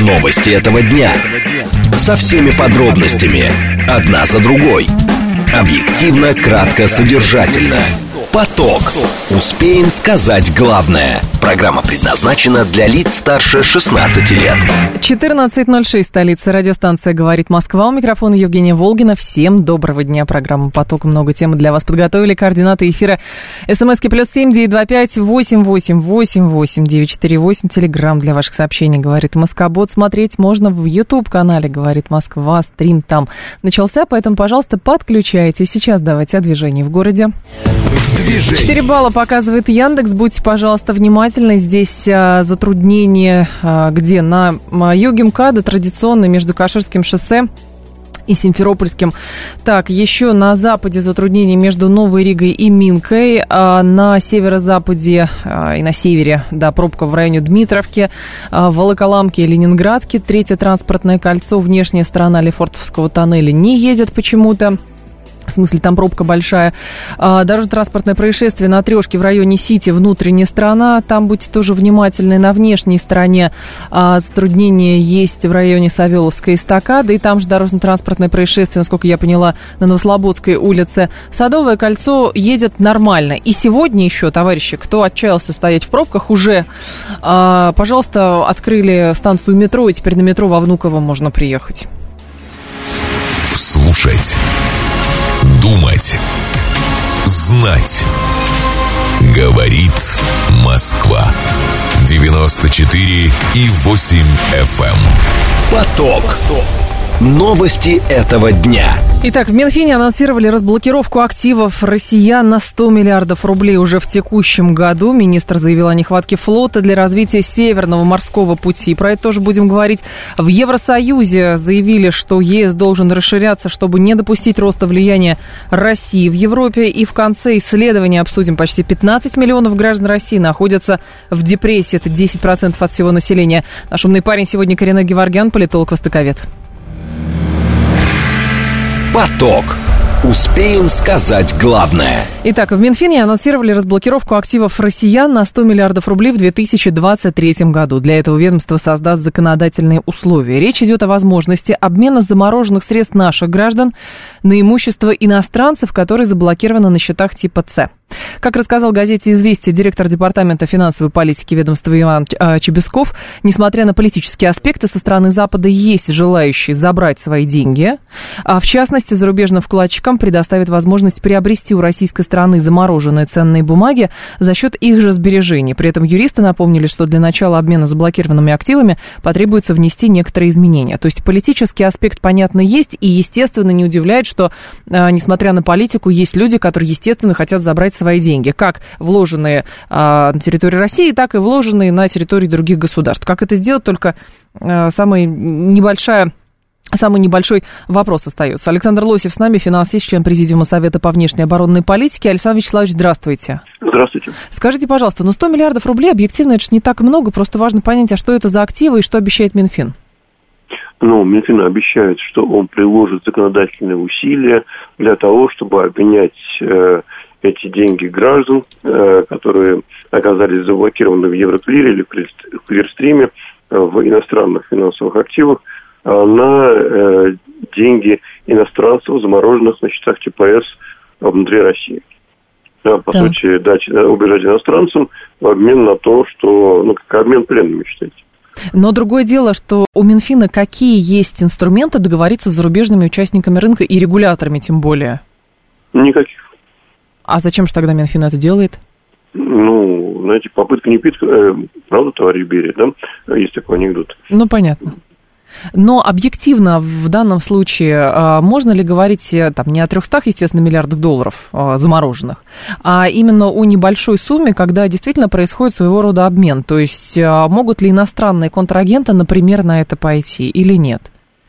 Новости этого дня. Со всеми подробностями. Одна за другой. Объективно, кратко, содержательно. Поток. Успеем сказать главное. Программа предназначена для лиц старше 16 лет. 14:06, столица. Радиостанция «Говорит Москва». У микрофона Евгения Волгина. Всем доброго дня. Программа «Поток». Много тем для вас подготовили. Координаты эфира. СМСки +7 925 888 8 948. Телеграм для ваших сообщений «Говорит Москобот». Смотреть можно в YouTube-канале «Говорит Москва». Стрим там начался, поэтому, пожалуйста, подключайтесь. Сейчас давайте о движении в городе. 4 балла показывает Яндекс. Будьте, пожалуйста, внимательны. Здесь затруднения, где на юге МКАДа, традиционно между Каширским шоссе и Симферопольским. Так, еще на западе затруднения между Новой Ригой и Минкой. На северо-западе и на севере, да, пробка в районе Дмитровки, Волоколамки и Ленинградки. Третье транспортное кольцо, внешняя сторона Лефортовского тоннеля не едет почему-то. В смысле, там пробка большая. Дорожно-транспортное происшествие на Трешке в районе Сити, внутренняя сторона. Там будьте тоже внимательны. На внешней стороне затруднения есть в районе Савеловской эстакады. И там же дорожно-транспортное происшествие, насколько я поняла, на Новослободской улице. Садовое кольцо едет нормально. И сегодня еще, товарищи, кто отчаялся стоять в пробках, уже, пожалуйста, открыли станцию метро, и теперь на метро во Внуково можно приехать. Слушать. Думать, знать. Говорит Москва. 94,8 FM. Поток. Новости этого дня. Итак, в Минфине анонсировали разблокировку активов россиян на 100 миллиардов рублей уже в текущем году. Министр заявил о нехватке флота для развития Северного морского пути. Про это тоже будем говорить. В Евросоюзе заявили, что ЕС должен расширяться, чтобы не допустить роста влияния России в Европе. И в конце исследования обсудим: почти 15 миллионов граждан России находятся в депрессии. Это 10% от всего населения. Наш умный парень сегодня Карина Геворгян, политолог-востоковед. Поток. Успеем сказать главное. Итак, в Минфине анонсировали разблокировку активов россиян на 100 миллиардов рублей в 2023 году. Для этого ведомство создаст законодательные условия. Речь идет о возможности обмена замороженных средств наших граждан на имущество иностранцев, которые заблокированы на счетах типа С. Как рассказал газете «Известия» директор департамента финансовой политики ведомства Иван Чебесков, несмотря на политические аспекты, со стороны Запада есть желающие забрать свои деньги. В частности, зарубежным вкладчикам предоставит возможность приобрести у российской стороны замороженные ценные бумаги за счет их же сбережений. При этом юристы напомнили, что для начала обмена заблокированными активами потребуется внести некоторые изменения. То есть политический аспект, понятно, есть, и, естественно, не удивляет, что, несмотря на политику, есть люди, которые, естественно, хотят забрать свои деньги, как вложенные на территории России, так и вложенные на территории других государств. Как это сделать, только самый небольшой вопрос остается. Александр Лосев с нами, финансист, член Президиума Совета по внешней оборонной политике. Александр Вячеславович, здравствуйте. Здравствуйте. Скажите, пожалуйста, 100 миллиардов рублей, объективно, это же не так много, просто важно понять, а что это за активы и что обещает Минфин? Минфин обещает, что он приложит законодательные усилия для того, чтобы обменять эти деньги граждан, которые оказались заблокированы в Евроклире или в Клирстриме, в иностранных финансовых активах, на деньги иностранцев, замороженных на счетах типа С внутри России. По сути, дать убежать иностранцам в обмен на то, что, как обмен пленными, считайте. Но другое дело, что у Минфина какие есть инструменты договориться с зарубежными участниками рынка и регуляторами тем более? Никаких. А зачем же тогда Минфин это делает? Знаете, попытка не пытка, правда, товарищ Берия, да? Есть такой анекдот. Понятно. Но объективно в данном случае можно ли говорить не о 300, естественно, миллиардах долларов замороженных, а именно о небольшой сумме, когда действительно происходит своего рода обмен? То есть могут ли иностранные контрагенты, например, на это пойти или нет?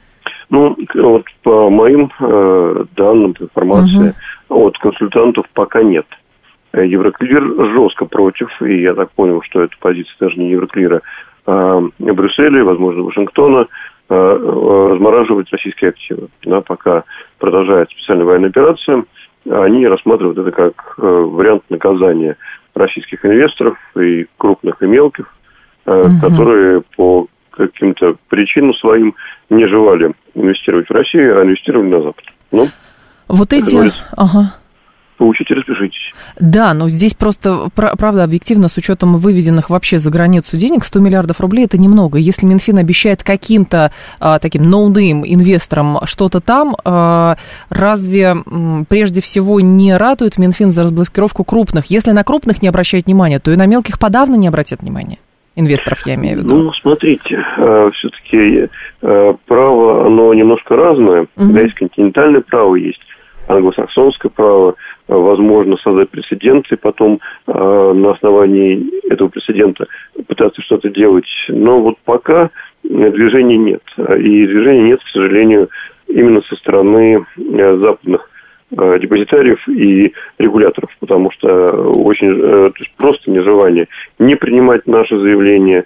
По моим данным, информации от консультантов пока нет. Евроклир жестко против, и я так понял, что это позиция даже не Евроклира, а Брюсселя, возможно, Вашингтона, размораживать российские активы. Пока продолжается специальная военная операция, они рассматривают это как вариант наказания российских инвесторов, и крупных, и мелких, которые по каким-то причинам своим не желали инвестировать в Россию, а инвестировали на Запад. Ну, вот эти... Получите, распишитесь. Да, но здесь просто, правда, объективно, с учетом выведенных вообще за границу денег, 100 миллиардов рублей – это немного. Если Минфин обещает каким-то таким ноунейм инвесторам что-то там, разве прежде всего не ратует Минфин за разблокировку крупных? Если на крупных не обращают внимания, то и на мелких подавно не обратят внимания. Инвесторов, я имею в виду. Ну, смотрите, все-таки право, оно немножко разное. Да, есть континентальное право, есть англосаксонское право. Возможно создать прецедент и потом на основании этого прецедента пытаться что-то делать. Но вот пока движения нет. И движения нет, к сожалению, именно со стороны западных депозитариев и регуляторов, потому что очень то есть просто нежелание не принимать наши заявления.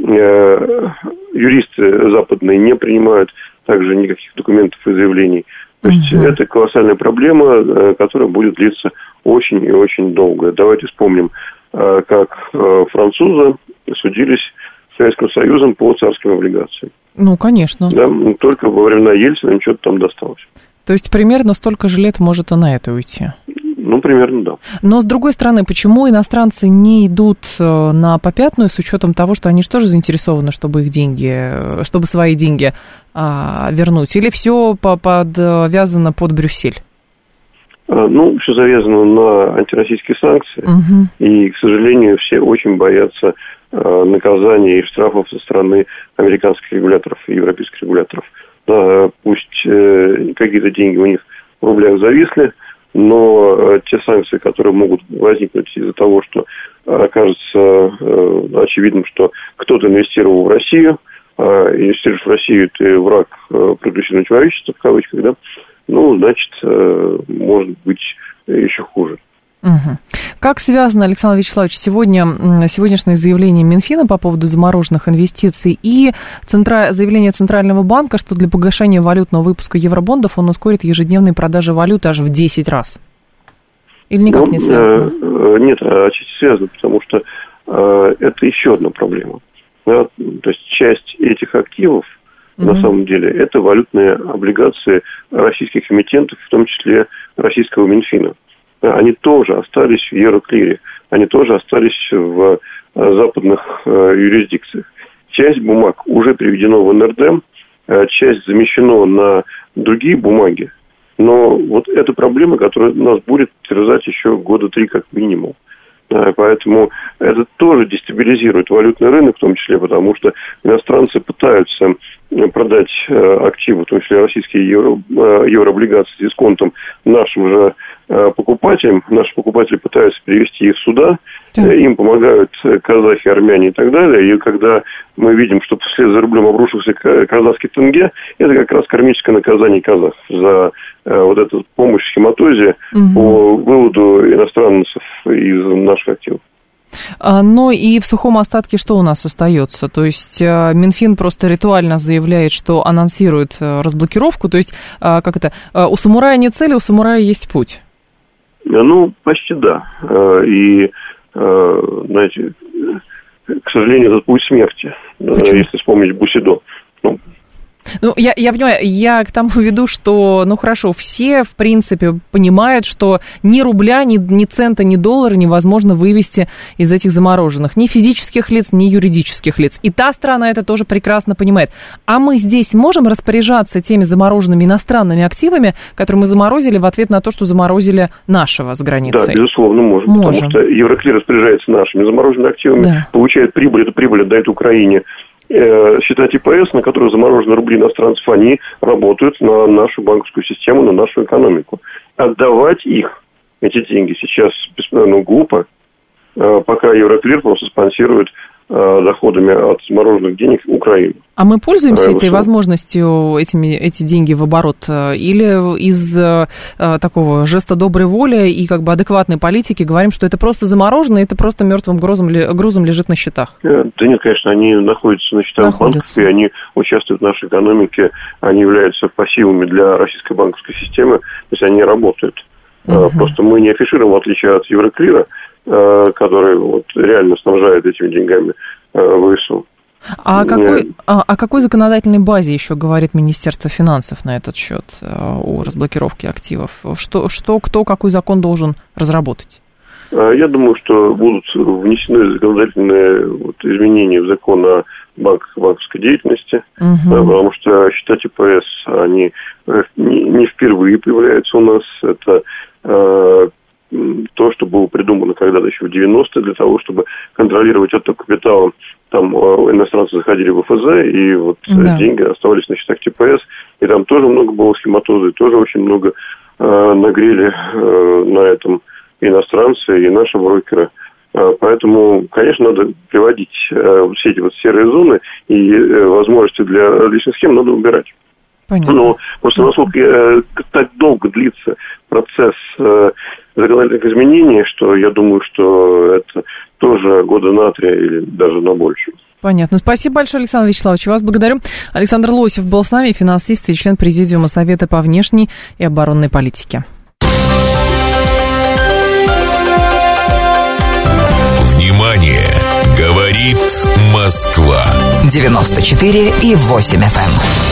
Юристы западные не принимают также никаких документов и заявлений. То есть это колоссальная проблема, которая будет длиться очень и очень долго. Давайте вспомним, как французы судились с Советским Союзом по царским облигациям. Ну, конечно. Да, только во времена Ельцина им что-то там досталось. То есть примерно столько же лет может и на это уйти? Ну, примерно, да. Но, с другой стороны, почему иностранцы не идут на попятную с учетом того, что они же тоже заинтересованы, чтобы их деньги, чтобы свои деньги вернуть? Или все подвязано под Брюссель? Ну, все завязано на антироссийские санкции. И, к сожалению, все очень боятся наказаний и штрафов со стороны американских регуляторов и европейских регуляторов. Да, пусть какие-то деньги у них в рублях зависли, но те санкции, которые могут возникнуть из-за того, что окажется очевидным, что кто-то инвестировал в Россию, инвестируешь в Россию, ты враг прогрессивного человечества, в кавычках, да, ну, значит, может быть еще хуже. Как связано, Александр Вячеславович, сегодняшнее заявление Минфина по поводу замороженных инвестиций и заявление Центрального банка, что для погашения валютного выпуска евробондов он ускорит ежедневные продажи валюты аж в 10 раз? Или никак не связано? Нет, отчасти связано, потому что это еще одна проблема. Да? То есть часть этих активов, на самом деле, это валютные облигации российских эмитентов, в том числе российского Минфина. Они тоже остались в Евроклире, они тоже остались в западных юрисдикциях. Часть бумаг уже переведена в НРД, часть замещена на другие бумаги, но вот эта проблема, которая нас будет терзать еще года 3 как минимум. Поэтому это тоже дестабилизирует валютный рынок, в том числе потому, что иностранцы пытаются продать активы, в том числе российские еврооблигации с дисконтом нашим же покупателям. Наши покупатели пытаются перевести их сюда, им помогают казахи, армяне и так далее. И когда мы видим, что вслед за рублем обрушился казахский тенге, это как раз кармическое наказание казахов за вот эту помощь в схематозе по выводу иностранцев из наших активов. Но и в сухом остатке что у нас остается? То есть Минфин просто ритуально заявляет, что анонсирует разблокировку. То есть, как это, у самурая нет цели, у самурая есть путь. Ну, почти да. И, знаете, к сожалению, этот путь смерти. Почему? Если вспомнить Бусидо. Ну, я понимаю, я к тому веду, что, ну, хорошо, все, в принципе, понимают, что ни рубля, ни цента, ни доллара невозможно вывести из этих замороженных. Ни физических лиц, ни юридических лиц. И та страна это тоже прекрасно понимает. А мы здесь можем распоряжаться теми замороженными иностранными активами, которые мы заморозили в ответ на то, что заморозили нашего с границей? Да, безусловно, можем. Потому что Евроклир распоряжается нашими замороженными активами, получает прибыль, эту прибыль отдает Украине. Считать ИПС, на которые заморожены рубли иностранцев, они работают на нашу банковскую систему, на нашу экономику. Отдавать их, эти деньги, сейчас глупо, пока Евроклир просто спонсирует доходами от замороженных денег Украину. А мы пользуемся этой возможностью, эти деньги в оборот, или из такого жеста доброй воли и как бы адекватной политики говорим, что это просто заморожено, это просто мертвым грузом лежит на счетах? Да нет, конечно, они находятся на счетах банков, и они участвуют в нашей экономике, они являются пассивами для российской банковской системы, то есть они работают. Просто мы не афишируем, в отличие от Евроклира, который вот реально снабжает этими деньгами ВСУ. А о какой законодательной базе еще говорит Министерство финансов на этот счет о разблокировке активов? Кто, какой закон должен разработать? Я думаю, что будут внесены законодательные изменения в закон о банковской деятельности, потому что счета ТПС, они не впервые появляются у нас. Это то, что было придумано когда-то еще в 90-е для того, чтобы контролировать отток капитала. Там иностранцы заходили в ФЗ, и деньги оставались на счетах ТПС, и там тоже много было схематоза, и тоже очень много нагрели на этом иностранцы и наши брокеры. Поэтому, конечно, надо приводить все эти серые зоны, и возможности для различных схем надо убирать. Понятно. Но просто насколько так долго длится процесс законодательных изменений, что я думаю, что это тоже года на 3 или даже на больше. Понятно. Спасибо большое, Александр Вячеславович. Вас благодарю. Александр Лосев был с нами, финансист и член Президиума Совета по внешней и оборонной политике. Внимание! Говорит Москва. 94,8 FM.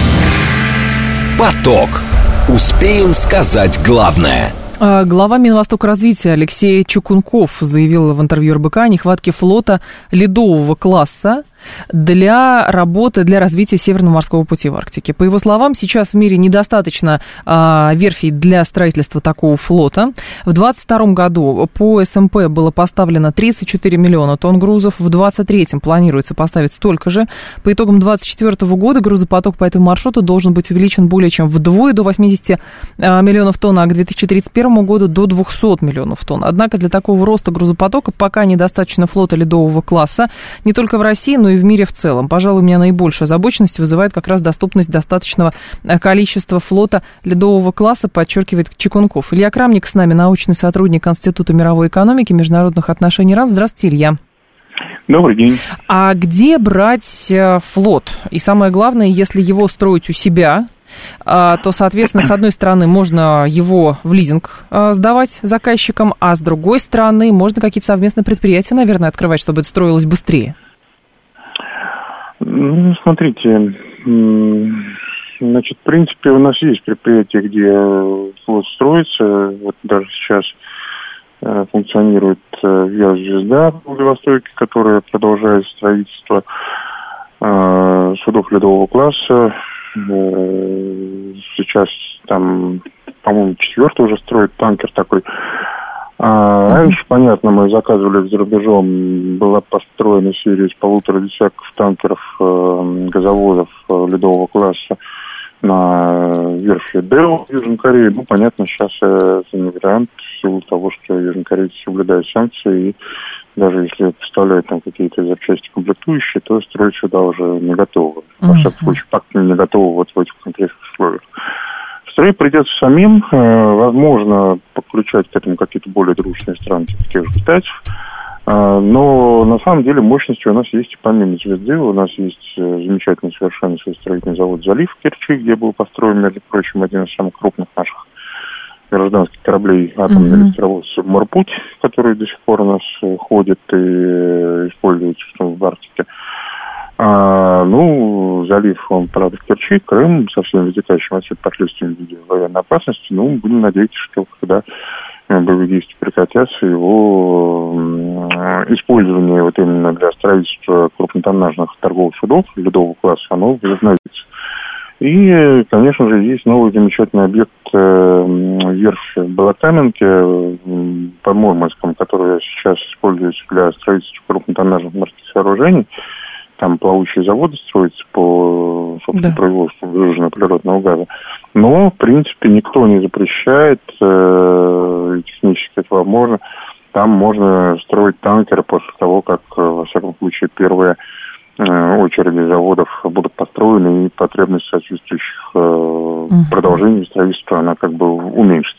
Поток. Успеем сказать главное. Глава Минвостокразвития Алексей Чукунков заявил в интервью РБК о нехватке флота ледового класса для работы, для развития Северного морского пути в Арктике. По его словам, сейчас в мире недостаточно верфей для строительства такого флота. В 2022 году по СМП было поставлено 34 миллиона тонн грузов, в 2023 планируется поставить столько же. По итогам 2024 года грузопоток по этому маршруту должен быть увеличен более чем вдвое, до 80 миллионов тонн, а к 2031 году до 200 миллионов тонн. Однако для такого роста грузопотока пока недостаточно флота ледового класса не только в России, но и в мире в целом. Пожалуй, у меня наибольшую озабоченность вызывает как раз доступность достаточного количества флота ледового класса, подчеркивает Чекунков. Илья Крамник с нами, научный сотрудник Института мировой экономики, международных отношений РАН. Здравствуйте, Илья. Добрый день. А где брать флот? И самое главное, если его строить у себя, то, соответственно, с одной стороны, можно его в лизинг сдавать заказчикам, а с другой стороны, можно какие-то совместные предприятия, наверное, открывать, чтобы это строилось быстрее. Ну, смотрите, значит, в принципе, у нас есть предприятия, где флот строится. Вот даже сейчас функционирует «Звезда» в Владивостоке, которая продолжает строительство судов ледового класса. Сейчас там, по-моему, 4-й уже строит танкер такой. Раньше, понятно, мы заказывали за рубежом, была построена серия из 1,5 десятков танкеров, газовозов ледового класса на верфи ДЭО в Южной Корее. Ну, понятно, сейчас это не вариант в силу того, что южнокорейцы соблюдают санкции, и даже если поставляют там какие-то запчасти комплектующие, то строить сюда уже не готовы. Во всяком случае, пока не готовы вот в этих конкретных условиях. Строить придется самим, возможно, подключать к этому какие-то более дружные страны, типа тех же китайцев, но на самом деле мощности у нас есть и помимо «Звезды». У нас есть замечательный совершенно строительный завод «Залив» в Керчи, где был построен, между прочим, один из самых крупных наших гражданских кораблей атомный электровоз «Морпуть», который до сих пор у нас ходит и используется в Арктике. Залив, он, правда, в Керчи, Крым, со всеми вытекающими отсюда последствиями в виде военной опасности. Ну, будем надеяться, что когда боевые действия прекратятся, его использование вот именно для строительства крупнотоннажных торговых судов ледового класса, оно возобновится. И, конечно же, есть новый замечательный объект верфи в Белокаменке по Мурманскому, который сейчас используется для строительства крупнотоннажных морских сооружений. Там плавучие заводы строятся по, собственно, производству выжженного природного газа. Но, в принципе, никто не запрещает, технически это возможно. Там можно строить танкеры после того, как, во всяком случае, первые очереди заводов будут построены, и потребность соответствующих продолжений строительства, она как бы уменьшится.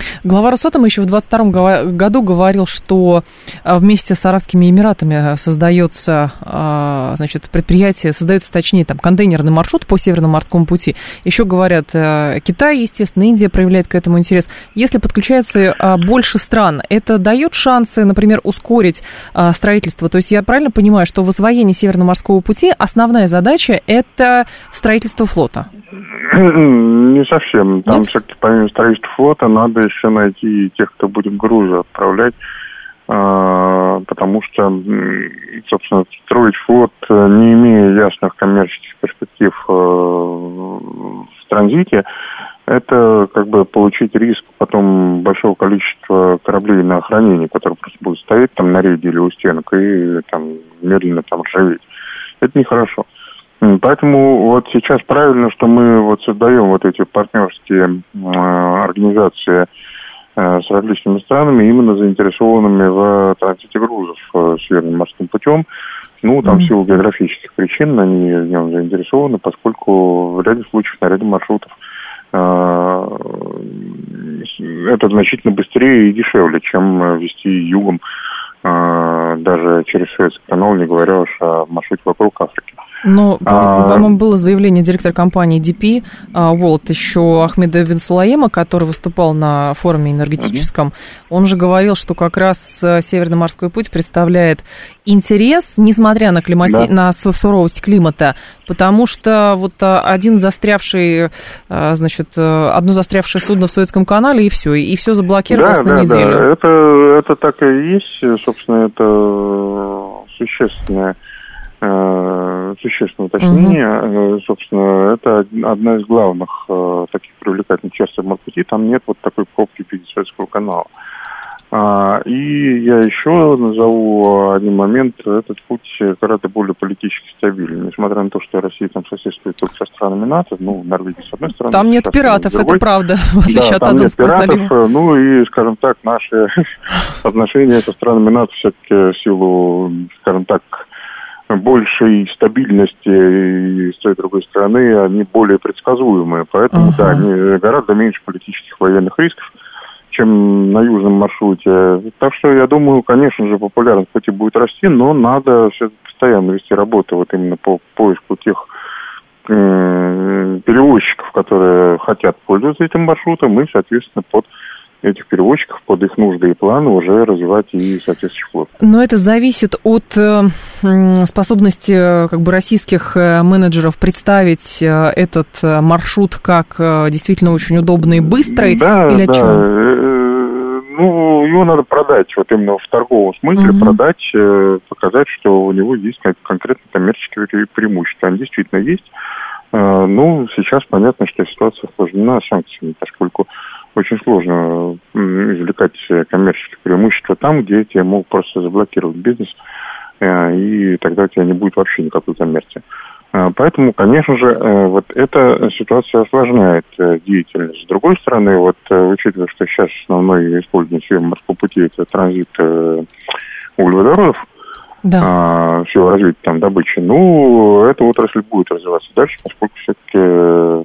Глава Росатома еще в 2022 году говорил, что вместе с Арабскими Эмиратами создается, значит, предприятие, создается, точнее, там, контейнерный маршрут по Северному морскому пути. Еще говорят, Китай, естественно, Индия проявляет к этому интерес. Если подключается больше стран, это дает шансы, например, ускорить строительство? То есть я правильно понимаю, что в освоении Северного морского пути основная задача – это строительство флота? Не совсем. Там Нет? все-таки помимо строительства флота надо еще найти тех, кто будет грузы отправлять, потому что, собственно, строить флот, не имея ясных коммерческих перспектив в транзите, это как бы получить риск потом большого количества кораблей на охранении, которые просто будут стоять там на рейде или у стенок и там медленно там ржаветь. Это нехорошо. Поэтому вот сейчас правильно, что мы вот создаем вот эти партнерские организации с различными странами, именно заинтересованными в транзите грузов Северным морским путем. Ну, там в силу географических причин они в нем заинтересованы, поскольку в ряде случаев, на ряде маршрутов это значительно быстрее и дешевле, чем везти югом, даже через Суэцкий канал, не говоря уж о маршруте вокруг Африки. Но, по-моему, было заявление директора компании DP World, еще Ахмеда бен Сулаема, который выступал на форуме энергетическом. Он же говорил, что как раз Северный морской путь представляет интерес, несмотря на, на суровость климата, потому что вот одно застрявшее судно в Суэцком канале, и все заблокировалось на неделю. Да, это так и есть, собственно, это существенное уточнение. Собственно, это одна из главных таких привлекательных частей морпути. Там нет вот такой пробки в виде Суэцкого канала. И я еще назову один момент. Этот путь гораздо более политически стабильный. Несмотря на то, что Россия там соседствует только со странами НАТО, Норвегия с одной стороны. Там нет пиратов, это правда, в отличие от Аденского залива. Ну и, скажем так, наши отношения со странами НАТО все-таки в силу, скажем так, большей стабильности и с той и другой стороны, они более предсказуемые. Поэтому, гораздо меньше политических военных рисков, чем на южном маршруте. Так что, я думаю, конечно же, популярность пути будет расти, но надо постоянно вести работу вот именно по поиску тех перевозчиков, которые хотят пользоваться этим маршрутом, и, соответственно, под этих перевозчиков, под их нужды и планы уже развивать и соответствующий флот. Но это зависит от способности российских менеджеров представить этот маршрут как действительно очень удобный и быстрый, или о чем? Его надо продать, вот именно в торговом смысле, продать, показать, что у него есть конкретно коммерческие преимущества. Они действительно есть. Сейчас понятно, что ситуация осложнена санкциями, поскольку очень сложно извлекать коммерческие преимущества там, где тебе могут просто заблокировать бизнес, и тогда у тебя не будет вообще никакой коммерции. Поэтому, конечно же, вот эта ситуация осложняет деятельность. С другой стороны, учитывая, что сейчас основной использование Северного морского пути – это транзит углеводородов, всего развития там добычи, эта отрасль будет развиваться дальше, поскольку все-таки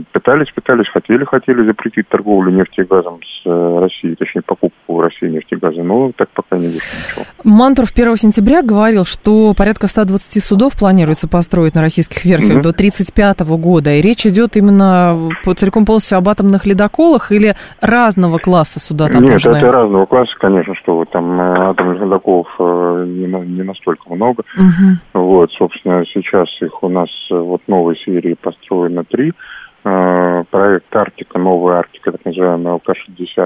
хотели запретить торговлю нефтью и газом с Россией, точнее, покупку в России нефти и газа, но так пока не вышло ничего. Мантуров 1 сентября говорил, что порядка 120 судов планируется построить на российских верфях до 1935 года, и речь идет именно целиком полностью об атомных ледоколах или разного класса суда там нужны? Нет, это разного класса, конечно, что там атомных ледоколов не настолько много. Собственно, сейчас их у нас в новой серии построено 3. Проект «Арктика», новая «Арктика», так называемая ЛК-60,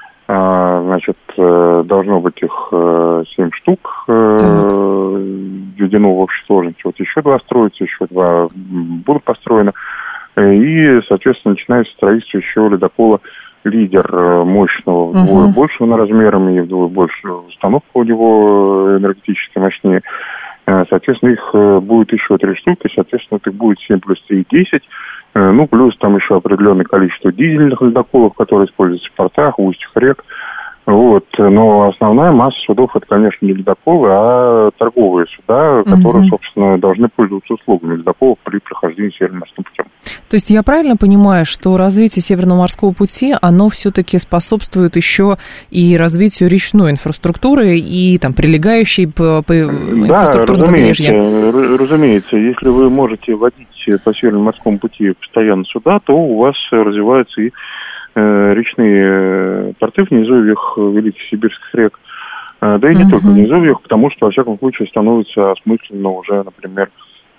должно быть их 7 штук введено в общей сложности. Вот еще 2 строятся, еще 2 будут построены. И, соответственно, начинается строительство еще ледокола «Лидер», мощного, вдвое большего на размерами и вдвое больше установка у него энергетически мощнее. Соответственно, их будет еще 3 штуки, соответственно, это будет 7 плюс 3 – 10. Плюс там еще определенное количество дизельных ледоколов, которые используются в портах, в устьях рек. Но основная масса судов – это, конечно, не ледоколы, а торговые суда, которые, собственно, должны пользоваться услугами ледоколов при прохождении Северным морским путем. То есть я правильно понимаю, что развитие Северного морского пути, оно все-таки способствует еще и развитию речной инфраструктуры и там прилегающей инфраструктуры побережья? Разумеется. Если вы можете водить по Северному морскому пути постоянно сюда, то у вас развиваются и речные порты в низовьях великих сибирских рек, да и не только в низовьях, потому что, во всяком случае, становится осмысленно уже, например,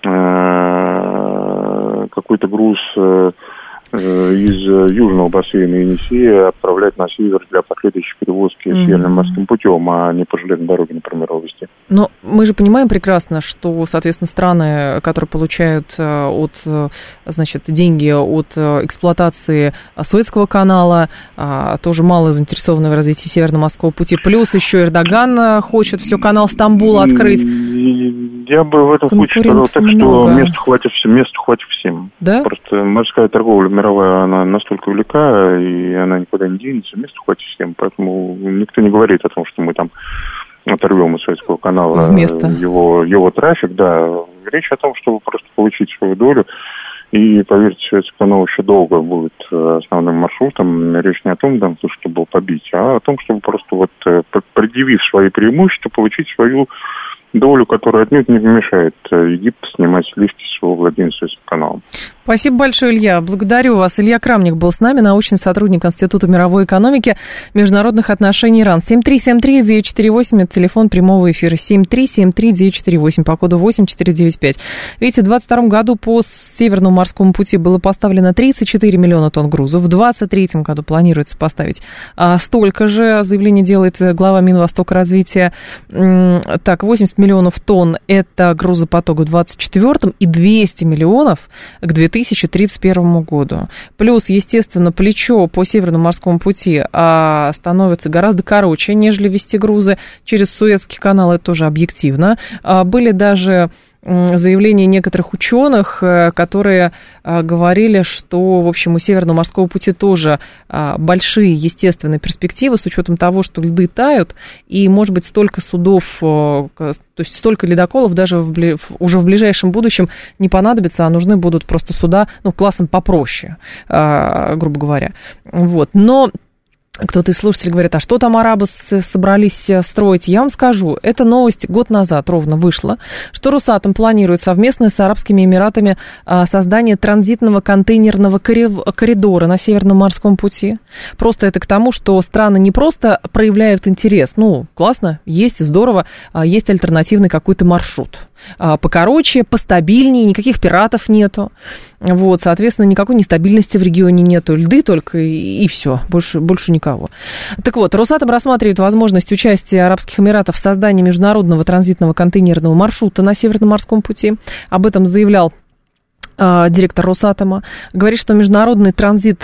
какой-то груз из южного бассейна Енисея отправлять на север для последующей перевозки Северным морским путем, а не по железной дороге, например, области. Но мы же понимаем прекрасно, что, соответственно, страны, которые получают деньги от эксплуатации Суэцкого канала, тоже мало заинтересованы в развитии Северного морского пути. Плюс еще Эрдоган хочет все канал Стамбула открыть. Я бы в этом случае сказал так, что места хватит всем. Да? Просто морская торговля мировая, она настолько велика, и она никуда не денется, места хватит всем. Поэтому никто не говорит о том, что мы там оторвем из Суэцкого канала его трафик. Да, речь о том, чтобы просто получить свою долю. И, поверьте, Суэцкий канал еще долго будет основным маршрутом. Речь не о том, чтобы его побить, а о том, чтобы просто предъявив свои преимущества, получить свою долю, которая отнюдь не помешает Египту снимать сливки с своего владения Суэцким каналом. Спасибо большое, Илья. Благодарю вас. Илья Крамник был с нами, научный сотрудник Института мировой экономики, международных отношений РАН. 7373948, это телефон прямого эфира. 7373948, по коду 8495. Видите, в 2022 году по Северному морскому пути было поставлено 34 миллиона тонн грузов. В 2023 году планируется поставить столько же. Заявление делает глава Минвостока развития. Так, 80 миллионов тонн – это грузопоток в 2024 и 200 миллионов к 2031 году. Плюс, естественно, плечо по Северному морскому пути становится гораздо короче, нежели вести грузы через Суэцкий канал. Это тоже объективно. Были даже заявления некоторых ученых, которые говорили, что, в общем, у Северного морского пути тоже большие естественные перспективы с учетом того, что льды тают, и, может быть, столько судов, то есть столько ледоколов даже уже в ближайшем будущем не понадобится, а нужны будут просто суда, классом попроще, грубо говоря. Но кто-то из слушателей говорит, а что там арабы собрались строить? Я вам скажу, эта новость год назад ровно вышла, что Росатом планирует совместно с Арабскими Эмиратами создание транзитного контейнерного коридора на Северном морском пути. Просто это к тому, что страны не просто проявляют интерес, классно, есть, здорово, есть альтернативный какой-то маршрут. Покороче, постабильнее, никаких пиратов нету. Соответственно, никакой нестабильности в регионе нету. Льды только и все, больше никого. Так вот, Росатом рассматривает возможность участия Арабских Эмиратов в создании международного транзитного контейнерного маршрута на Северном морском пути. Об этом заявлял директор Росатома, говорит, что международный транзит,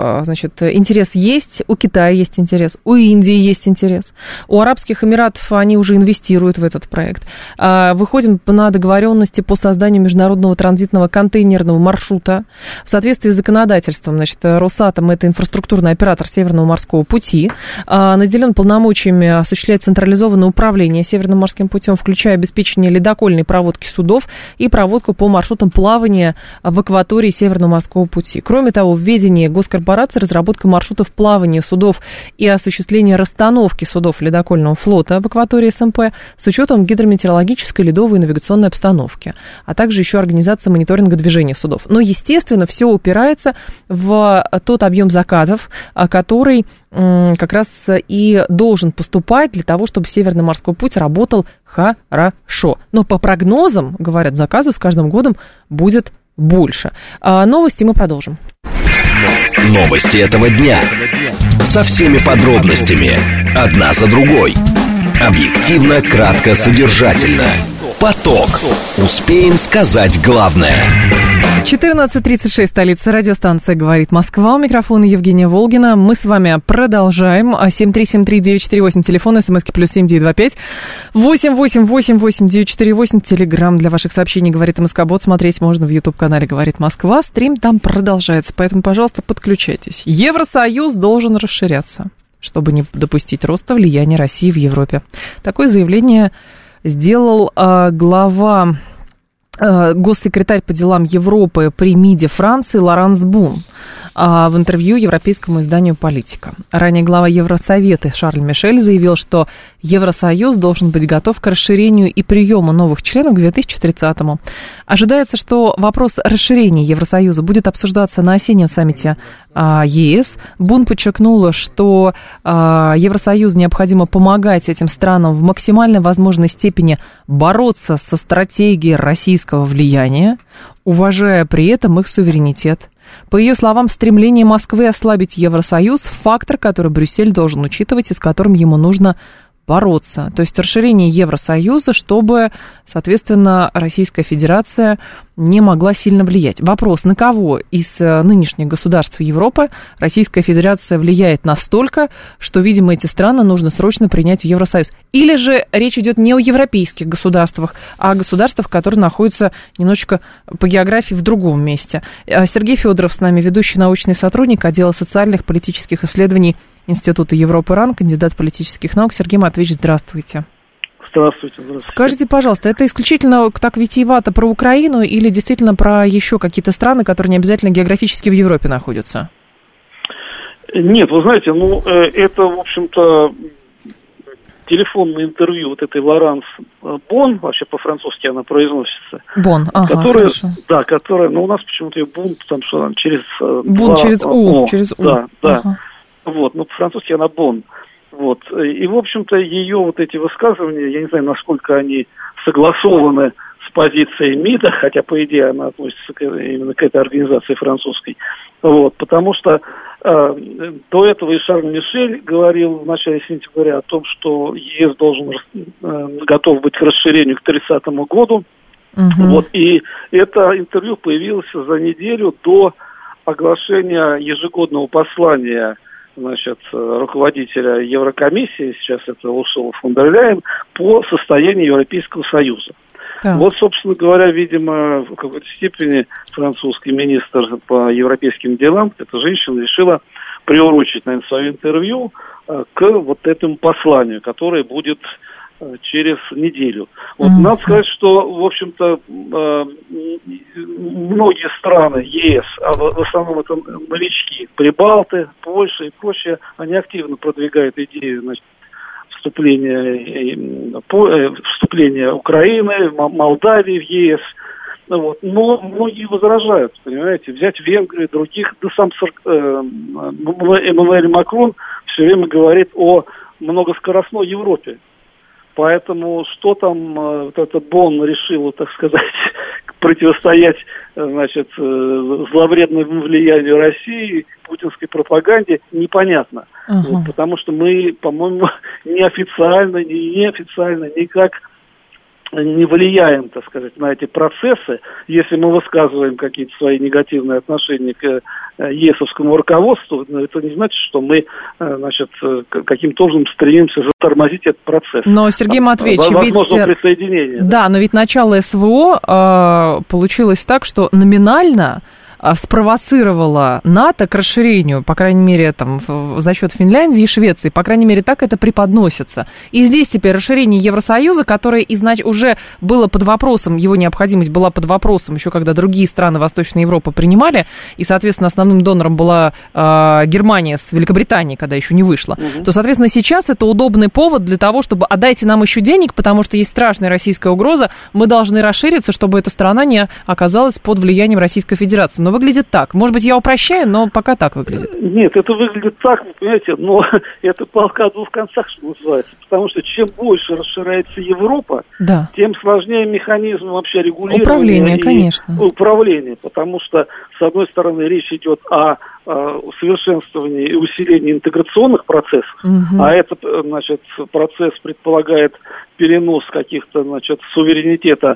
интерес есть, у Китая есть интерес, у Индии есть интерес, у Арабских Эмиратов они уже инвестируют в этот проект. Выходим на договоренности по созданию международного транзитного контейнерного маршрута в соответствии с законодательством. Росатом – это инфраструктурный оператор Северного морского пути, наделен полномочиями осуществлять централизованное управление Северным морским путем, включая обеспечение ледокольной проводки судов и проводку по маршрутам плавания в акватории Северного морского пути. Кроме того, введение госкорпорации, разработка маршрутов плавания судов и осуществление расстановки судов ледокольного флота в акватории СМП с учетом гидрометеорологической, ледовой и навигационной обстановки, а также еще организация мониторинга движения судов. Но, естественно, все упирается в тот объем заказов, который как раз и должен поступать для того, чтобы Северный морской путь работал хорошо. Но по прогнозам, говорят, заказов с каждым годом будет больше. Новости мы продолжим. Новости этого дня. Со всеми подробностями. Одна за другой. Объективно, кратко, содержательно. Поток. Успеем сказать главное. 14:36, столица, радиостанция «Говорит Москва». У микрофона Евгения Волгина. Мы с вами продолжаем. 7373948, телефон, смски +7 925 888 948, телеграм для ваших сообщений «Говорит МСК-бот». Смотреть можно в YouTube-канале «Говорит Москва». Стрим там продолжается, поэтому, пожалуйста, подключайтесь. Евросоюз должен расширяться, чтобы не допустить роста влияния России в Европе. Такое заявление сделал глава госсекретарь по делам Европы при МИДе Франции Лоранс Бун в интервью европейскому изданию «Политика». Ранее глава Евросовета Шарль Мишель заявил, что Евросоюз должен быть готов к расширению и приему новых членов к 2030-му. Ожидается, что вопрос расширения Евросоюза будет обсуждаться на осеннем саммите ЕС. Бун подчеркнула, что Евросоюзу необходимо помогать этим странам в максимально возможной степени бороться со стратегией российского влияния, уважая при этом их суверенитет. По ее словам, стремление Москвы ослабить Евросоюз – фактор, который Брюссель должен учитывать и с которым ему нужно бороться. То есть расширение Евросоюза, чтобы, соответственно, Российская Федерация не могла сильно влиять. Вопрос, на кого из нынешних государств Европы Российская Федерация влияет настолько, что, видимо, эти страны нужно срочно принять в Евросоюз. Или же речь идет не о европейских государствах, а о государствах, которые находятся немножечко по географии в другом месте. Сергей Федоров с нами, ведущий научный сотрудник отдела социальных политических исследований Института Европы РАН, кандидат политических наук. Сергей Матвеевич, здравствуйте. Здравствуйте. Скажите, пожалуйста, это исключительно так витиевато про Украину или действительно про еще какие-то страны, которые не обязательно географически в Европе находятся? Нет, вы знаете, это, в общем-то, телефонное интервью вот этой Лоранс Бон, вообще по-французски она произносится. Бон, хорошо. Да, которая, у нас почему-то ее Бун, там что там, через... Бун через У, через У. Да. Вот, по-французски она Бон. Вот. И, в общем-то, ее вот эти высказывания, я не знаю, насколько они согласованы с позицией МИДа, хотя, по идее, она относится именно к этой организации французской. Вот. Потому что до этого и Шарль Мишель говорил в начале сентября о том, что ЕС должен готов быть к расширению к 30-му году. Вот. И это интервью появилось за неделю до оглашения ежегодного послания руководителя Еврокомиссии, сейчас это Урсула фон дер Ляйен, по состоянию Европейского Союза. Да. Вот, собственно говоря, видимо, в какой-то степени французский министр по европейским делам, эта женщина, решила приурочить, наверное, свое интервью к вот этому посланию, которое будет через неделю. Вот надо сказать, что, в общем-то, многие страны ЕС, а в основном это новички, Прибалты, Польша и прочее, они активно продвигают идею, вступления Украины, Молдавии в ЕС. Вот. Но многие возражают, понимаете, взять Венгрию, других, да сам Эммануэль Макрон все время говорит о многоскоростной Европе. Поэтому что там вот этот Бон решил, так сказать, противостоять, зловредному влиянию России, путинской пропаганде, непонятно. Вот, потому что мы, по-моему, неофициально, неофициально никак не влияем, так сказать, на эти процессы. Если мы высказываем какие-то свои негативные отношения к ЕСовскому руководству, это не значит, что мы, каким-то образом стремимся затормозить этот процесс. Но, Сергей Матвеевич, присоединение. Да, но ведь начало СВО получилось так, что номинально спровоцировала НАТО к расширению, по крайней мере, за счет Финляндии и Швеции, по крайней мере, так это преподносится. И здесь теперь расширение Евросоюза, которое уже было под вопросом, его необходимость была под вопросом, еще когда другие страны Восточной Европы принимали, и, соответственно, основным донором была Германия с Великобританией, когда еще не вышла, то, соответственно, сейчас это удобный повод для того, чтобы отдайте нам еще денег, потому что есть страшная российская угроза, мы должны расшириться, чтобы эта страна не оказалась под влиянием Российской Федерации. Но выглядит так. Может быть, я упрощаю, но пока так выглядит. Нет, это выглядит так, вы понимаете, но это палка о двух концах, что называется. Потому что чем больше расширяется Европа, тем сложнее механизм вообще регулирования. Управления, конечно. Управления, потому что, с одной стороны, речь идет о усовершенствовании и усилении интеграционных процессов, а этот, процесс предполагает перенос каких-то, суверенитета,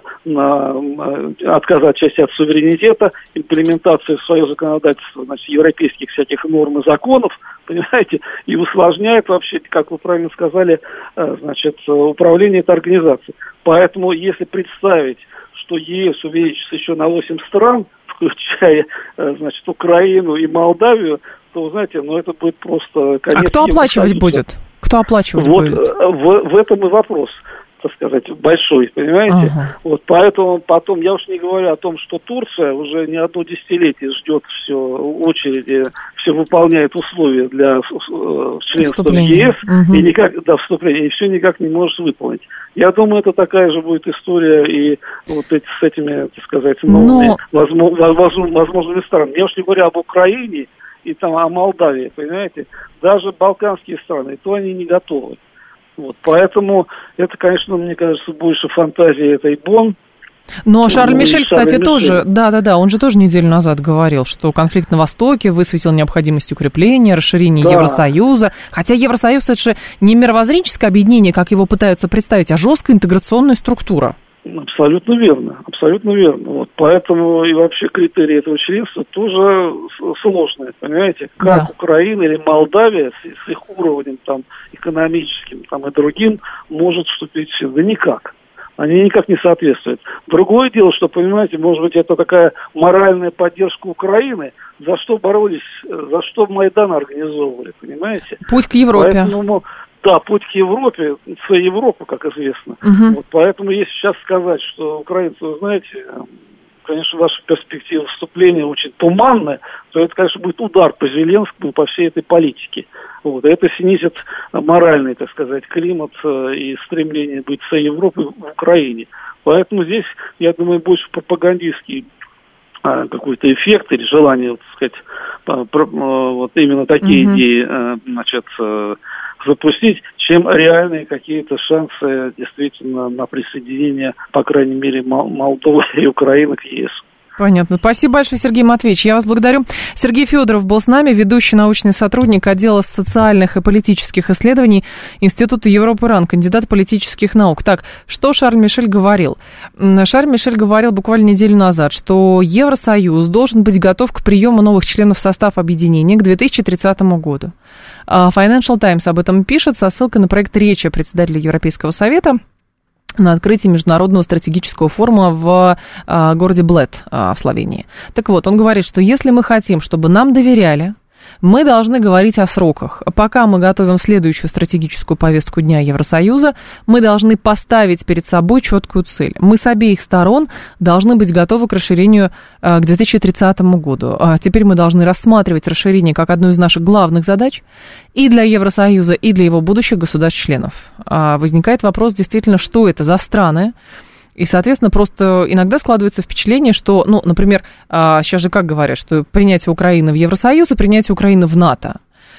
отказа от части от суверенитета, имплементацию в свое законодательство, европейских всяких норм и законов, понимаете, и усложняет вообще, как вы правильно сказали, управление этой организацией. Поэтому, если представить, что ЕС увеличится еще на 8 стран, включая, Украину и Молдавию, то, вы знаете, это будет просто конец. А кто оплачивать будет? Кто оплачивать будет? В этом и вопрос. так сказать, большой, понимаете? Вот поэтому потом, я уж не говорю о том, что Турция уже не одно десятилетие ждет все очереди, все выполняет условия для членства в ЕС, и никак, вступления, и все никак не может выполнить. Я думаю, это такая же будет история и вот с этими, так сказать, новыми возможными странами. Я уж не говорю об Украине и там о Молдавии, понимаете? Даже балканские страны, то они не готовы. Вот, поэтому это, конечно, мне кажется, больше фантазии этой Бонн. Но Шарль Мишель, кстати, тоже, да, он же тоже неделю назад говорил, что конфликт на Востоке высветил необходимость укрепления, расширения Евросоюза. Хотя Евросоюз — это же не мировоззренческое объединение, как его пытаются представить, а жесткая интеграционная структура. Абсолютно верно, абсолютно верно. Вот, поэтому и вообще критерии этого членства тоже сложные, понимаете? Как Украина или Молдавия с их уровнем там, экономическим там, и другим может вступить в член? Да никак. Они никак не соответствуют. Другое дело, что, понимаете, может быть, это такая моральная поддержка Украины, за что боролись, за что Майдан организовывали, понимаете? Путь к Европе. Поэтому, да, путь к Европе, Европа, как известно. Вот, поэтому если сейчас сказать, что украинцы, вы знаете, конечно, ваша перспектива вступления очень туманная, то это, конечно, будет удар по Зеленскому, по всей этой политике. Вот. И это снизит моральный, так сказать, климат и стремление быть со Европой в Украине. Поэтому здесь, я думаю, больше пропагандистский какой-то эффект или желание, так сказать, вот именно такие идеи, значит, запустить, чем реальные какие-то шансы действительно на присоединение, по крайней мере, Молдовы и Украины к ЕС. Понятно. Спасибо большое, Сергей Матвеевич. Я вас благодарю. Сергей Федоров был с нами, ведущий научный сотрудник отдела социальных и политических исследований Института Европы РАН, кандидат политических наук. Так, что Шарль Мишель говорил? Шарль Мишель говорил буквально неделю назад, что Евросоюз должен быть готов к приему новых членов в состав объединения к 2030 году. Financial Times об этом пишет со ссылкой на проект речи председателя Европейского совета на открытии Международного стратегического форума в городе Блед в Словении. Так вот, он говорит, что если мы хотим, чтобы нам доверяли, мы должны говорить о сроках. Пока мы готовим следующую стратегическую повестку дня Евросоюза, мы должны поставить перед собой четкую цель. Мы с обеих сторон должны быть готовы к расширению к 2030 году. Теперь мы должны рассматривать расширение как одну из наших главных задач и для Евросоюза, и для его будущих государств-членов. Возникает вопрос, действительно, что это за страны? И, соответственно, просто иногда складывается впечатление, что, ну, например, сейчас же как говорят, что принятие Украины в Евросоюз и принятие Украины в НАТО.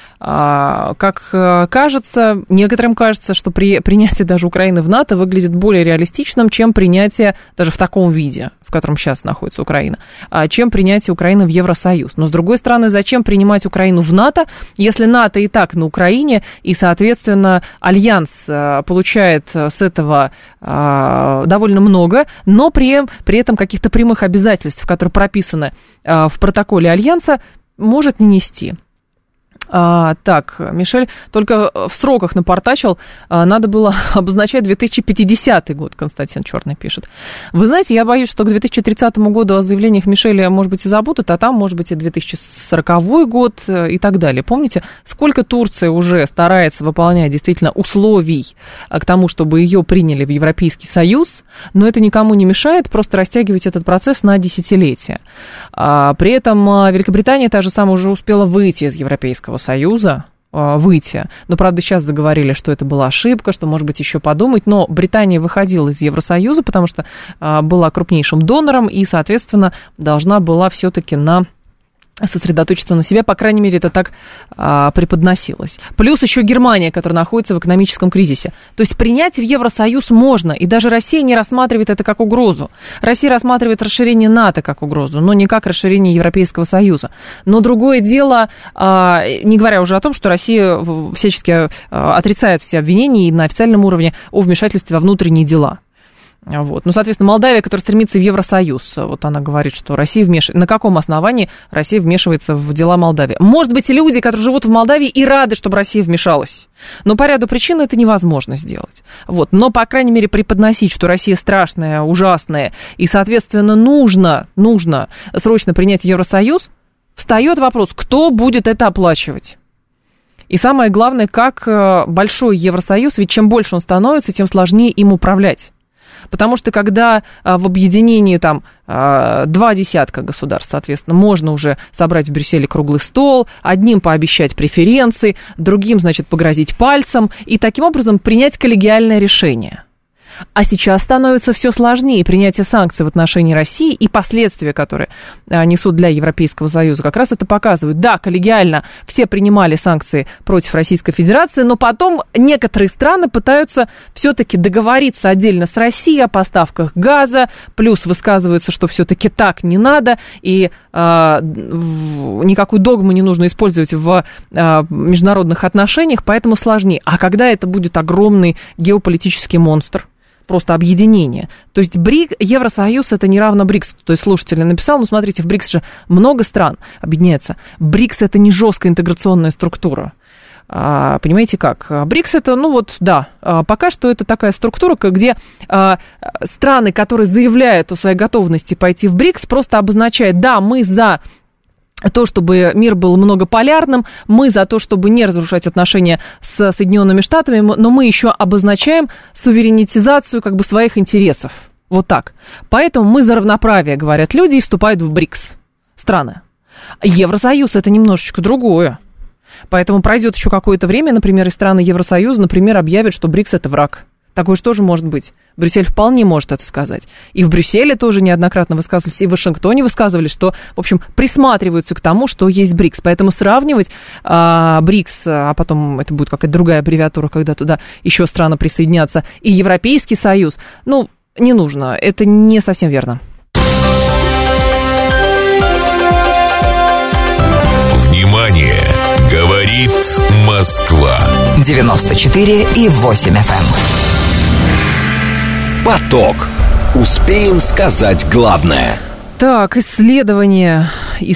Как кажется, некоторым кажется, что принятие даже Украины в НАТО выглядит более реалистичным, чем принятие даже в таком виде, в котором сейчас находится Украина, чем принятие Украины в Евросоюз. Но, с другой стороны, зачем принимать Украину в НАТО, если НАТО и так на Украине, и, соответственно, Альянс получает с этого довольно много, но при этом каких-то прямых обязательств, которые прописаны в протоколе Альянса, может не нести. Так, Мишель только в сроках напортачил, надо было обозначать 2050 год, Константин Черный пишет. Вы знаете, я боюсь, что к 2030 году о заявлениях Мишеля, может быть, и забудут, а там, может быть, и 2040 год и так далее. Помните, сколько Турция уже старается выполнять действительно условий к тому, чтобы ее приняли в Европейский Союз, но это никому не мешает просто растягивать этот процесс на десятилетия. При этом Великобритания та же самая уже успела выйти из Европейского Союза, но, правда, сейчас заговорили, что это была ошибка, что, может быть, еще подумать, но Британия выходила из Евросоюза, потому что была крупнейшим донором и, соответственно, должна была все-таки сосредоточиться на себе, по крайней мере, это так преподносилось. Плюс еще Германия, которая находится в экономическом кризисе. То есть принять в Евросоюз можно, и даже Россия не рассматривает это как угрозу. Россия рассматривает расширение НАТО как угрозу, но не как расширение Европейского Союза. Но другое дело, не говоря уже о том, что Россия всячески отрицает все обвинения и на официальном уровне о вмешательстве во внутренние дела. Вот. Ну, соответственно, Молдавия, которая стремится в Евросоюз, вот она говорит, что Россия вмешивается. На каком основании Россия вмешивается в дела Молдавии? Может быть, и люди, которые живут в Молдавии, и рады, чтобы Россия вмешалась. Но по ряду причин это невозможно сделать. Вот. Но, по крайней мере, преподносить, что Россия страшная, ужасная, и, соответственно, нужно срочно принять Евросоюз, встает вопрос, кто будет это оплачивать? И самое главное, как большой Евросоюз, ведь чем больше он становится, тем сложнее им управлять. Потому что когда в объединении там 20 государств, соответственно, можно уже собрать в Брюсселе круглый стол, одним пообещать преференции, другим, значит, погрозить пальцем и таким образом принять коллегиальное решение. А сейчас становится все сложнее. Принятие санкций в отношении России и последствия, которые несут для Европейского Союза, как раз это показывают. Да, коллегиально все принимали санкции против Российской Федерации, но потом некоторые страны пытаются все-таки договориться отдельно с Россией о поставках газа, плюс высказываются, что все-таки так не надо, и никакую догму не нужно использовать в международных отношениях, поэтому сложнее. А когда это будет огромный геополитический монстр? Просто объединение. То есть Евросоюз это не равно БРИКС. То есть слушатель написал, смотрите, в БРИКС же много стран объединяется. БРИКС это не жесткая интеграционная структура. Понимаете как? БРИКС это, пока что это такая структура, где страны, которые заявляют о своей готовности пойти в БРИКС, просто обозначают, да, мы за то, чтобы мир был многополярным, мы за то, чтобы не разрушать отношения с Соединенными Штатами, но мы еще обозначаем суверенитизацию своих интересов. Вот так. Поэтому мы за равноправие, говорят люди, и вступают в БРИКС страны. Евросоюз это немножечко другое. Поэтому пройдет еще какое-то время, например, и страны Евросоюза, например, объявят, что БРИКС это враг. Такое же тоже может быть. Брюссель вполне может это сказать. И в Брюсселе тоже неоднократно высказывались, и в Вашингтоне высказывали, что, в общем, присматриваются к тому, что есть БРИКС. Поэтому сравнивать БРИКС, а потом это будет какая-то другая аббревиатура, когда туда еще страны присоединятся, и Европейский Союз, не нужно. Это не совсем верно. Внимание! Говорит Москва. 94,8 FM. Поток. Успеем сказать главное. Так, исследование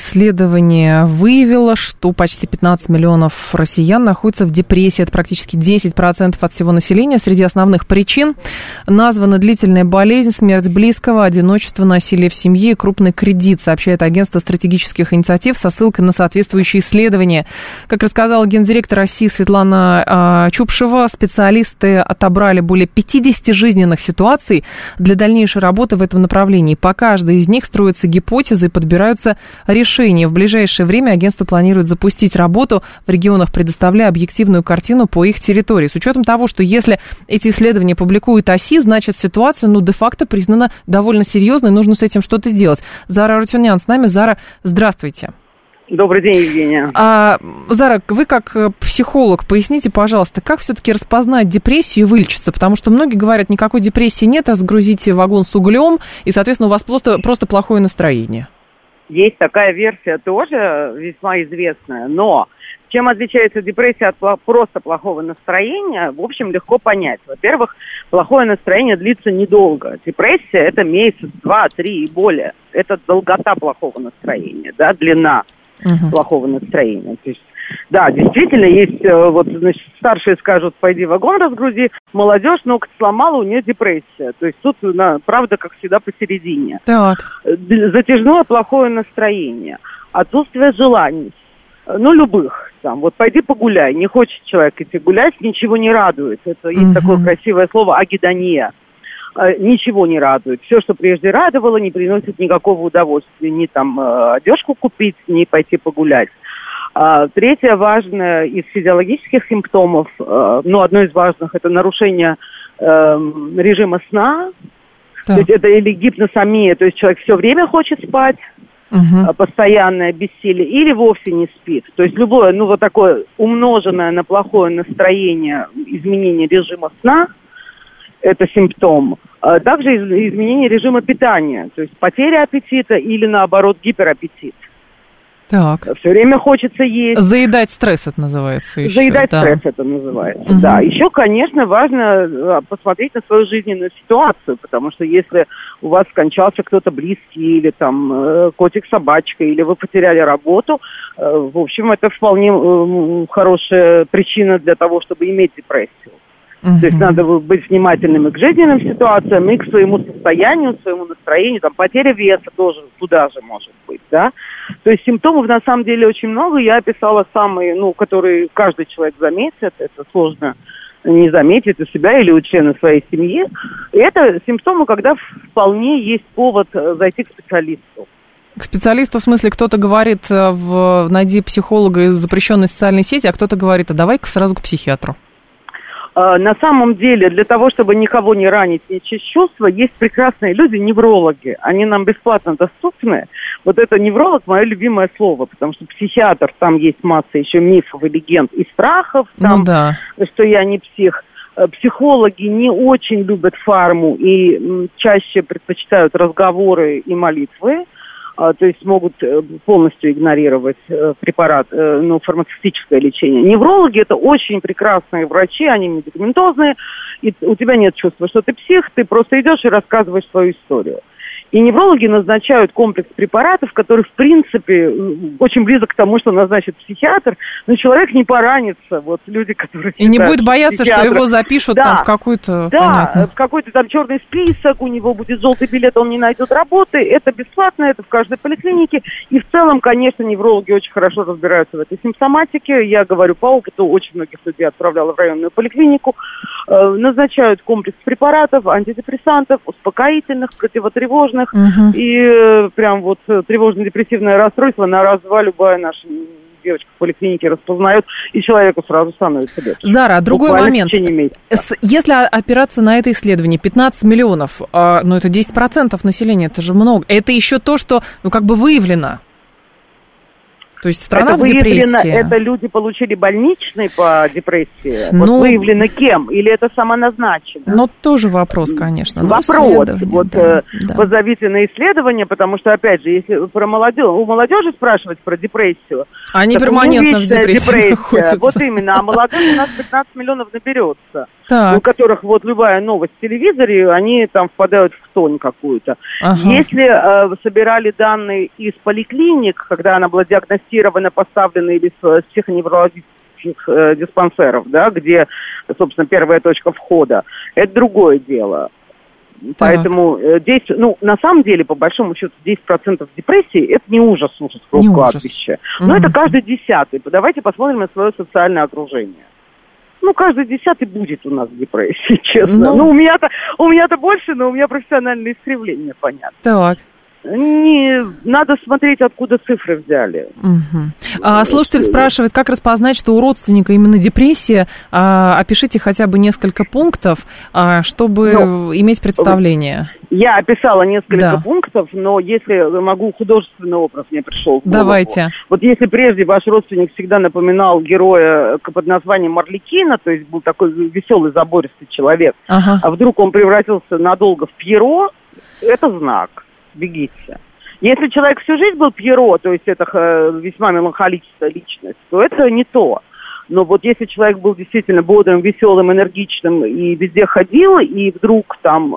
выявило, что почти 15 миллионов россиян находятся в депрессии. Это практически 10% от всего населения. Среди основных причин названы длительная болезнь, смерть близкого, одиночество, насилие в семье и крупный кредит, сообщает агентство стратегических инициатив со ссылкой на соответствующие исследования. Как рассказала гендиректор России Светлана Чупшева, специалисты отобрали более 50 жизненных ситуаций для дальнейшей работы в этом направлении. По каждой из них строят гипотезы и подбираются решения. В ближайшее время агентство планирует запустить работу в регионах, предоставляя объективную картину по их территории. С учетом того, что если эти исследования публикует ОСИ, значит ситуация, де-факто признана довольно серьезной, нужно с этим что-то сделать. Зара Арутюнян с нами. Зара, здравствуйте. Добрый день, Евгения. Зара, вы как психолог, поясните, пожалуйста, как все-таки распознать депрессию и вылечиться? Потому что многие говорят, никакой депрессии нет, а сгрузите вагон с углем, и, соответственно, у вас просто плохое настроение. Есть такая версия тоже весьма известная, но чем отличается депрессия от просто плохого настроения, в общем, легко понять. Во-первых, плохое настроение длится недолго. Депрессия – это месяц, 2, 3 и более. Это долгота плохого настроения, длина плохого настроения. То есть, да, действительно, есть, старшие скажут, пойди вагон разгрузи, молодежь ноготь сломала, у нее депрессия. То есть тут, правда, как всегда, посередине. Так. Затяжное плохое настроение, отсутствие желаний, любых, пойди погуляй, не хочет человек идти гулять, ничего не радует. Это есть такое красивое слово агидония. Ничего не радует. Все, что прежде радовало, не приносит никакого удовольствия. Ни одежку купить, ни пойти погулять. Третье важное из физиологических симптомов, одно из важных, это нарушение режима сна. То есть это или гипносомия, то есть человек все время хочет спать, постоянное бессилие, или вовсе не спит. То есть любое, такое умноженное на плохое настроение, изменение режима сна, это симптом. Также изменение режима питания, то есть потеря аппетита или, наоборот, гипераппетит. Так. Все время хочется есть. Заедать стресс это называется еще. Стресс это называется, да. Еще, конечно, важно посмотреть на свою жизненную ситуацию, потому что если у вас скончался кто-то близкий, или котик-собачка, или вы потеряли работу, в общем, это вполне хорошая причина для того, чтобы иметь депрессию. То есть надо быть внимательными к жизненным ситуациям и к своему состоянию, своему настроению. Там потеря веса тоже туда же может быть, да. То есть симптомов на самом деле очень много. Я описала самые, которые каждый человек заметит. Это сложно не заметить у себя или у члена своей семьи. И это симптомы, когда вполне есть повод зайти к специалисту. К специалисту, в смысле, кто-то говорит, найди психолога из запрещенной социальной сети, а кто-то говорит, а давай-ка сразу к психиатру. На самом деле, для того, чтобы никого не ранить, не через чувства, есть прекрасные люди, неврологи. Они нам бесплатно доступны. Вот это невролог – мое любимое слово, потому что психиатр, там есть масса еще мифов и легенд и страхов, там, что я не псих. Психологи не очень любят фарму и чаще предпочитают разговоры и молитвы. То есть могут полностью игнорировать препарат, фармацевтическое лечение. Неврологи – это очень прекрасные врачи, они медикаментозные, и у тебя нет чувства, что ты псих, ты просто идешь и рассказываешь свою историю. И неврологи назначают комплекс препаратов, который, в принципе, очень близок к тому, что назначит психиатр, но человек не поранится. Вот люди, которые... И не будет бояться, что его запишут там в какую-то... Да, в какой-то там черный список, у него будет желтый билет, он не найдет работы. Это бесплатно, это в каждой поликлинике. И в целом, конечно, неврологи очень хорошо разбираются в этой симптоматике. Я говорю по опыту, очень многих людей отправляла в районную поликлинику. Назначают комплекс препаратов, антидепрессантов, успокоительных, противотревожных. И прям вот тревожно-депрессивное расстройство на раз-два любая наша девочка в поликлинике распознает, и человеку сразу становится легче. Зара, другой момент. Если опираться на это исследование, 15 миллионов, это 10% населения, это же много. Это еще то, что, выявлено. То есть страна в депрессии. Это люди получили больничный по депрессии? Выявлено кем? Или это самоназначено? Тоже вопрос, конечно. Вопрос. Позовите на исследование, потому что, опять же, если про у молодежи спрашивать про депрессию... Они перманентно в депрессии находятся. Вот именно. А молодых у нас 15 миллионов наберется. У которых любая новость в телевизоре, они там впадают в тонь какую-то. Если собирали данные из поликлиник, когда она была диагностирована, поставлена или с психоневрологических диспансеров, где, собственно, первая точка входа, это другое дело. Поэтому здесь, на самом деле, по большому счету, 10% депрессии – это не ужас кладбища. Но это каждый 10-й. Давайте посмотрим на свое социальное окружение. Каждый 10-й будет у нас в депрессии, честно. У меня-то больше, но у меня профессиональные искривления, понятно. Так. Надо смотреть, откуда цифры взяли. Слушатель спрашивает, как распознать, что у родственника именно депрессия. Опишите хотя бы несколько пунктов, чтобы иметь представление. Я описала несколько пунктов, но если могу, художественный образ мне пришел в голову. Давайте. Вот если прежде ваш родственник всегда напоминал героя под названием Арлекина, то есть был такой веселый, забористый человек, а вдруг он превратился надолго в Пьеро, это знак. Бегите. Если человек всю жизнь был Пьеро, то есть это весьма меланхолическая личность, то это не то. Но вот если человек был действительно бодрым, веселым, энергичным и везде ходил, и вдруг там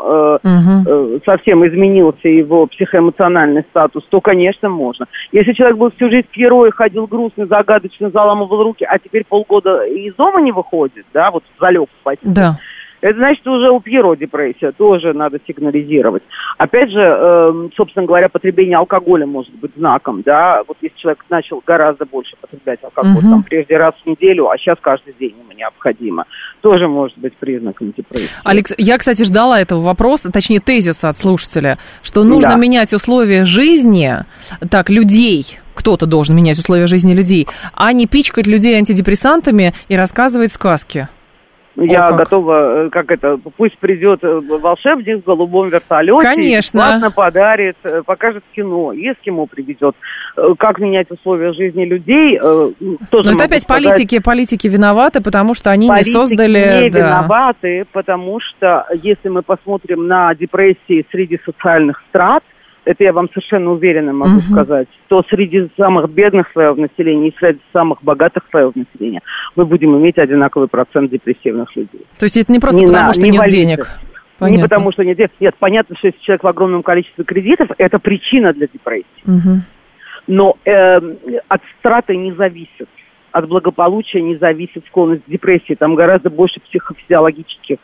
совсем изменился его психоэмоциональный статус, то, конечно, можно. Если человек был всю жизнь Пьеро и ходил грустный, загадочно, заламывал руки, а теперь полгода из дома не выходит, залег в постель, это значит, уже у Пьеро депрессия, тоже надо сигнализировать. Опять же, собственно говоря, потребление алкоголя может быть знаком, Вот если человек начал гораздо больше потреблять алкоголь, там, прежде раз в неделю, а сейчас каждый день ему необходимо, тоже может быть признаком депрессии. Алекс, я, кстати, ждала этого вопроса, точнее, тезиса от слушателя, что нужно менять условия жизни, людей, кто-то должен менять условия жизни людей, а не пичкать людей антидепрессантами и рассказывать сказки. Я готова, пусть придет волшебник в голубом вертолете, конечно, бесплатно подарит, покажет кино, и эскимо приведет. Как менять условия жизни людей, тоже. Но это опять политики виноваты, потому что они не создали... Политики не виноваты, потому что если мы посмотрим на депрессии среди социальных страт, это я вам совершенно уверенно могу сказать, то среди самых бедных слоев населения и среди самых богатых слоев населения мы будем иметь одинаковый процент депрессивных людей. То есть это не просто потому, что нет денег? Понятно. Не потому, что нет денег. Нет, понятно, что если человек в огромном количестве кредитов, это причина для депрессии. Но от страты не зависит. от благополучия не зависит склонность к депрессии. Там гораздо больше психофизиологических,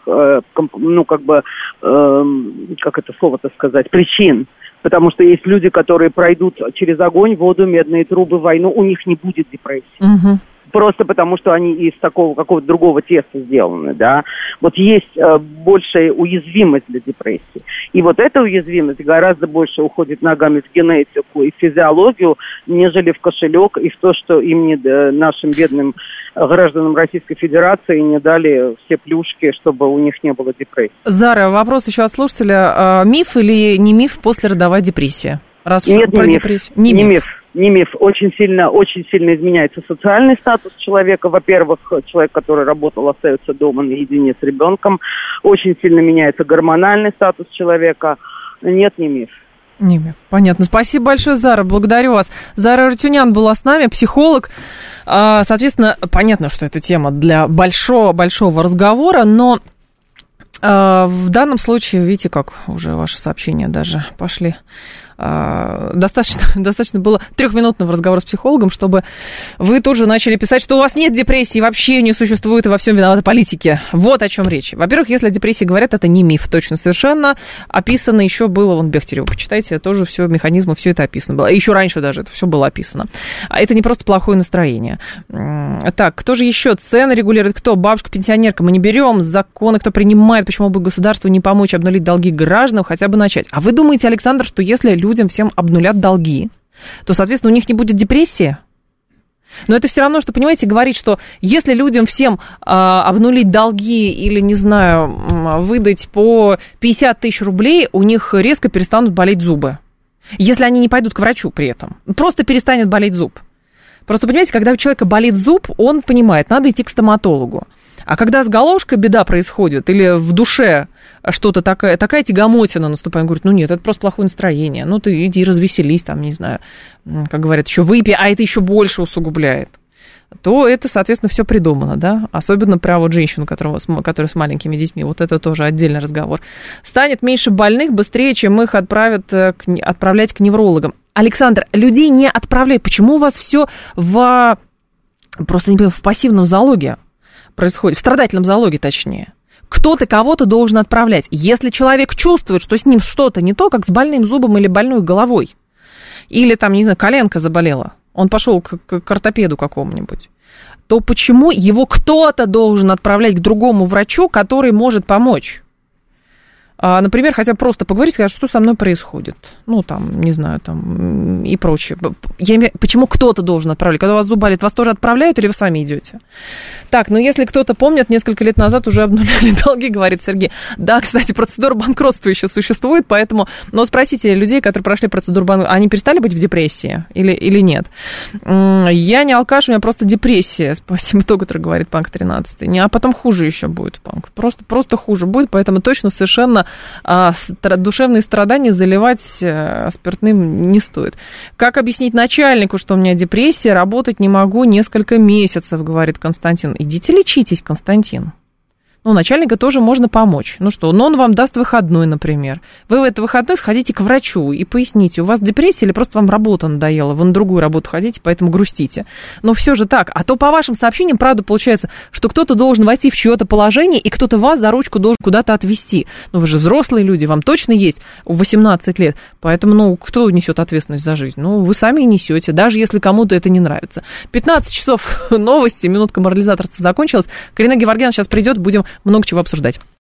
как это слово-то сказать, причин. Потому что есть люди, которые пройдут через огонь, воду, медные трубы, войну, у них не будет депрессии. Угу. Просто потому, что они из такого какого-то другого теста сделаны, да. Вот есть большая уязвимость для депрессии. И вот эта уязвимость гораздо больше уходит ногами в генетику и физиологию, нежели в кошелек и в то, что им нашим бедным гражданам Российской Федерации не дали все плюшки, чтобы у них не было депрессии. Зара, вопрос еще от слушателя. Миф или не миф послеродовая депрессия? Раз уж Нет, про не депрессию. Не миф. Не миф. Очень сильно изменяется социальный статус человека. Во-первых, человек, который работал, остается дома наедине с ребенком. Очень сильно меняется гормональный статус человека. Нет, не миф. Не миф. Понятно. Спасибо большое, Зара. Благодарю вас. Зара Арутюнян была с нами, психолог. Соответственно, понятно, что это тема для большого разговора, но в данном случае, видите, как уже ваши сообщения даже пошли. Достаточно было 3-минутного разговора с психологом, чтобы вы тут же начали писать, что у вас нет депрессии, вообще не существует, и во всем виноваты политики. Вот о чем речь. Во-первых, если о депрессии говорят, это не миф, точно совершенно. Описано еще было, вон Бехтерева, почитайте, тоже все, механизмы, все это описано было. Еще раньше даже это все было описано. А это не просто плохое настроение. Так, кто же еще? Цены регулирует кто? Бабушка-пенсионерка. Мы не берем законы, кто принимает, почему бы государству не помочь обнулить долги гражданам, хотя бы начать. А вы думаете, Александр, что если людям всем обнулят долги, то, соответственно, у них не будет депрессии? Но это все равно, что, понимаете, говорить, что если людям всем обнулить долги или, не знаю, выдать по 50 тысяч рублей, у них резко перестанут болеть зубы. Если они не пойдут к врачу при этом. Просто перестанет болеть зуб. Просто, понимаете, когда у человека болит зуб, он понимает, надо идти к стоматологу. А когда с головушкой беда происходит, или в душе что-то такая тягомотина наступает, он говорит, ну нет, это просто плохое настроение, ну ты иди развеселись, там, не знаю, как говорят, еще выпей, а это еще больше усугубляет, то это, соответственно, все придумано, да, особенно про вот женщину, которая с маленькими детьми, вот это тоже отдельный разговор. Станет меньше больных быстрее, чем их отправлять к неврологам. Александр, людей не отправляют, почему у вас все просто не понимаю, в пассивном залоге происходит, в страдательном залоге точнее? Кто-то кого-то должен отправлять. Если человек чувствует, что с ним что-то не то, как с больным зубом или больной головой, или там, не знаю, коленка заболела, он пошел к ортопеду какому-нибудь, то почему его кто-то должен отправлять к другому врачу, который может помочь? Например, хотя бы просто поговорить, сказать, что со мной происходит. Ну, там, не знаю, там, и прочее. Почему кто-то должен отправлять? Когда у вас зуб болит, вас тоже отправляют или вы сами идете? Так, ну, если кто-то помнит, несколько лет назад уже обнуляли долги, говорит Сергей. Да, кстати, процедура банкротства еще существует, поэтому, но спросите людей, которые прошли процедуру банкротства, они перестали быть в депрессии или нет? Я не алкаш, у меня просто депрессия. Спасибо, который говорит Панк 13. А потом хуже еще будет, Панк. Просто хуже будет, поэтому точно совершенно душевные страдания заливать спиртным не стоит. Как объяснить начальнику, что у меня депрессия, работать не могу несколько месяцев, говорит Константин. Идите лечитесь, Константин. Ну, начальника тоже можно помочь. Ну что, он вам даст выходной, например. Вы в этот выходной сходите к врачу и поясните, у вас депрессия или просто вам работа надоела, вы на другую работу ходите, поэтому грустите. Но все же так. А то по вашим сообщениям, правда, получается, что кто-то должен войти в чье-то положение, и кто-то вас за ручку должен куда-то отвезти. Ну, вы же взрослые люди, вам точно есть 18 лет. Поэтому, ну, кто несет ответственность за жизнь? Ну, вы сами и несете, даже если кому-то это не нравится. 15 часов новости, минутка морализаторства закончилась. Карина Геворгян сейчас придет, будем много чего обсуждать.